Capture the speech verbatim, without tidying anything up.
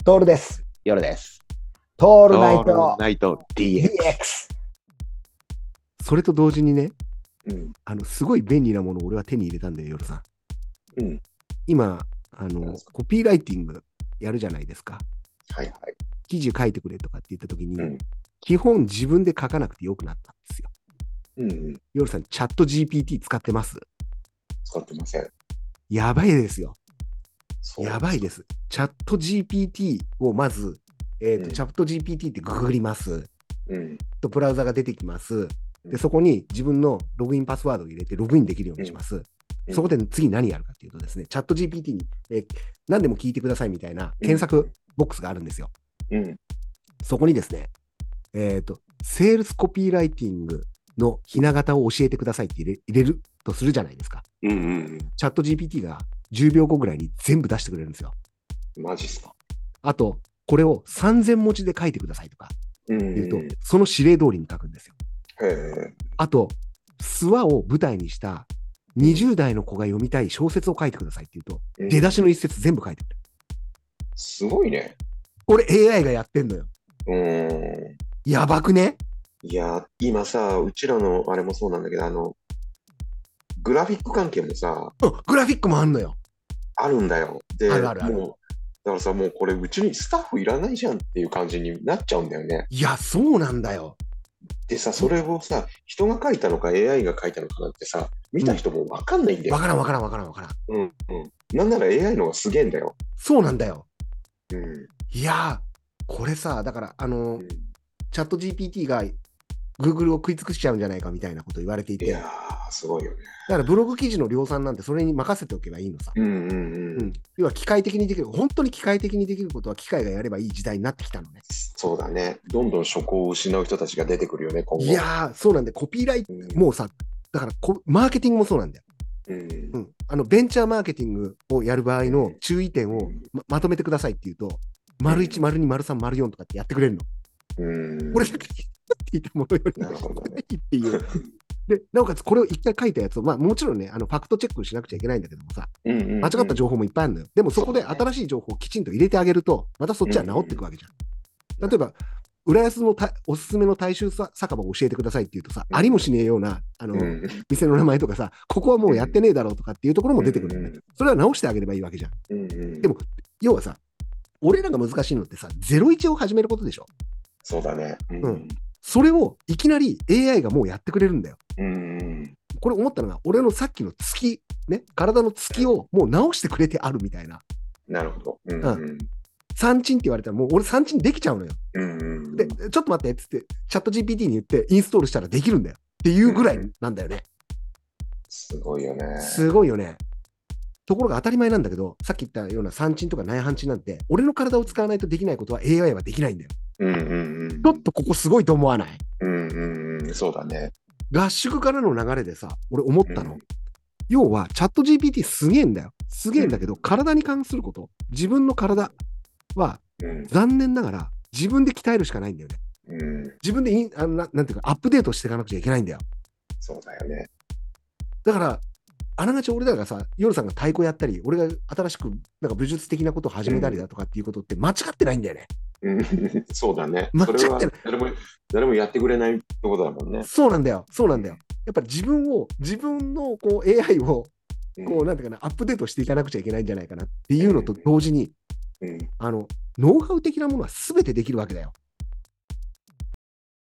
トールです。 夜です。 トールナイオールトナイト ディーエックス。 ディーエックス。 それと同時にね、 うん、 あのすごい便利なものを俺は手に入れたんだよ、夜さん。 うん、 今あの、コピーライティングやるじゃないですか。 はいはい。 記事書いてくれとかって言ったときに、 うん、 基本自分で書かなくてよくなったんですよ。 うんうん、 夜さん、チャット ジーピーティー 使ってます？ 使ってません。 やばいですよ。 そうやばいです。チャット ジーピーティー をまず、えーとうんチャット ジーピーティー ってググります。 うん、 とブラウザが出てきます。 うんで、そこに自分のログインパスワードを入れてログインできるようにします。 うんそこで次何やるかっていうとですね、チャット ジーピーティー に、えー何でも聞いてくださいみたいな検索ボックスがあるんですよ。 うん、 そこにですね、えっと、セールスコピーライティングのひな形を教えてくださいって入れ入れるとするじゃないですか。 うんうんチャット ジーピーティー がじゅうびょうごぐらいに全部出してくれるんですよ。 うん。マジっすか。 あと、これをさんぜんもじで書いてくださいとかうん言うと、 うん、へその指令通りに書くんですよ。 え。 あと、諏訪を舞台にしたにじゅう代の子が読みたい小説を書いてくださいって言うと、 うん出だしの一節全部書いてくれる。 すごいね。 これ エーアイ がやってんのよ。 うーん。 やばくね？ いや、今さ、うちらのあれもそうなんだけど、あの、グラフィック関係もさ、 うん、グラフィックもあんのよ。 あるんだよ。で、 あるあるあるもう、だからさ、もうこれ、うちにスタッフいらないじゃんっていう感じになっちゃうんだよね。 いや、そうなんだよ。 でさ、それをさ、人が書いたのか エーアイ が書いたのかなんてさ、見た人もわかんないんだよ。 わからんわからんわからんわからん。 うんうん。なんなら エーアイ の方がすげえんだよ。 そうなんだよ。 うん。 いやー、これさ、だから、あのうん、 チャット ジーピーティー が Google を食い尽くしちゃうんじゃないかみたいなこと言われていて、 いやだー、すごいよね。 からブログ記事の量産なんてそれに任せておけばいいのさ。 うんうんううんん。要は機械的にできる、本当に機械的にできることは機械がやればいい時代になってきたのね。 そうだね。どんどん職を失う人たちが出てくるよね、今後。 いやー、そうなんで、コピーライト、 うんもうさ、だからこマーケティングもそうなんだよ。 うんうん。あの、ベンチャーマーケティングをやる場合の注意点をままとめてくださいっていうと、丸いち、丸に、丸さん、丸よんとかってやってくれるの。 うん。 これ、さっき言っていたものよりなるほどね。 いいっていう。で、なおかつこれを一回書いたやつを、まあもちろんね、あのファクトチェックしなくちゃいけないんだけどもさ、 うんうんうん間違った情報もいっぱいあるのよ。でもそこでそうだね新しい情報をきちんと入れてあげると、またそっちは治っていくわけじゃん。例えば、浦安のたおすすめの大衆さ酒場を教えてくださいって言うとさ、 うんありもしねえようなあの、 うん店の名前とかさ、ここはもうやってねえだろうとかっていうところも出てくるよね。 うんそれは直してあげればいいわけじゃん。 うんうんでも、要はさ、俺らが難しいのってさ、ゼロイチを始めることでしょ。 そうだね。うんうんそれをいきなり エーアイ がもうやってくれるんだよ。 うんうんこれ思ったのが、俺のさっきの月、ね、体の月をもう直してくれてあるみたいな。 なるほど。うんうん三鎮って言われたら、もう俺三鎮できちゃうのよ。 うんうんで、ちょっと待ってっつって、チャット ジーピーティー に言ってインストールしたらできるんだよ。っていうぐらいなんだよね。 すごいよね。 すごいよね。ところが当たり前なんだけど、さっき言ったような三鎮とか内反鎮なんて、俺の体を使わないとできないことは エーアイ はできないんだよ。 うんうんうんちょっとここすごいと思わない？ うんうんうんそうだね。 合宿からの流れでさ、俺思ったの。 うん要は、チャット ジーピーティー すげえんだよ。すげえんだけど、体に関すること、自分の体はうん残念ながら自分で鍛えるしかないんだよね。 うん自分でインあのななんていうか、アップデートしていかなくちゃいけないんだよ。 そうだよね。 だから、あながち俺らがさ、夜さんが太鼓やったり、俺が新しくなんか武術的なことを始めたりだとかっていうことって間違ってないんだよね。 うんそうだね。 間違ってないそれは誰も誰もやってくれないってことだもんね。 そうなんだよ。そうなんだよ。やっぱり自分を、自分のこう エーアイを、こうなんていうかな、アップデートしていかなくちゃいけないんじゃないかなっていうのと同時に、 うんあの、ノウハウ的なものは全てできるわけだよ。